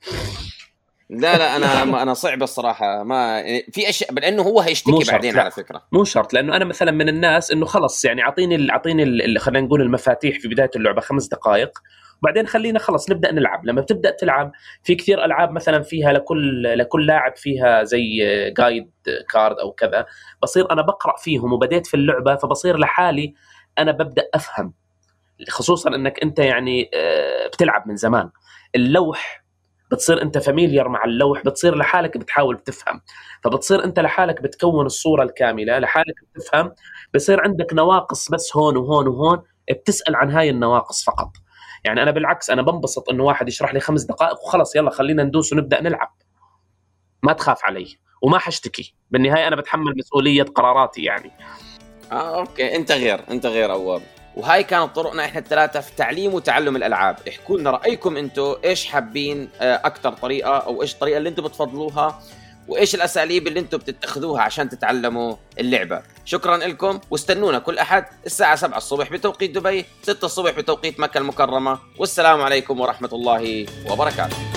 لا لا انا انا صعب الصراحه، ما في اشياء لانه هو هيشتكي بعدين على فكره. مو شرط، لانه انا مثلا من الناس انه خلص يعني اعطيني اعطيني خلينا نقول المفاتيح في بدايه اللعبه خمس دقائق وبعدين خلينا خلص نبدا نلعب. لما بتبدا تلعب في كثير العاب مثلا فيها لكل لكل لاعب فيها زي جايد كارد او كذا، بصير انا بقرا فيهم وبديت في اللعبه فبصير لحالي انا ببدا افهم، خصوصا انك انت يعني بتلعب من زمان. اللوح بتصير انت فاميليار مع اللوح، بتصير لحالك بتحاول تفهم، فبتصير انت لحالك بتكون الصوره الكامله، لحالك بتفهم. بصير عندك نواقص بس هون وهون وهون بتسال عن هاي النواقص فقط. يعني انا بالعكس انا بنبسط انه واحد يشرح لي خمس دقائق وخلص يلا خلينا ندوس ونبدا نلعب، ما تخاف علي وما حشتكي، بالنهايه انا بتحمل مسؤوليه قراراتي يعني. اه اوكي انت غير انت غير أواب. وهاي كانت طرقنا احنا الثلاثه في تعليم وتعلم الالعاب. احكوا لنا رايكم انتم ايش حابين اكثر طريقه، او ايش الطريقه اللي انتم بتفضلوها، وايش الاساليب اللي انتم بتتخذوها عشان تتعلموا اللعبه. شكرا لكم، واستنونا كل احد الساعه سبعة الصبح بتوقيت دبي، ستة الصبح بتوقيت مكه المكرمه. والسلام عليكم ورحمه الله وبركاته.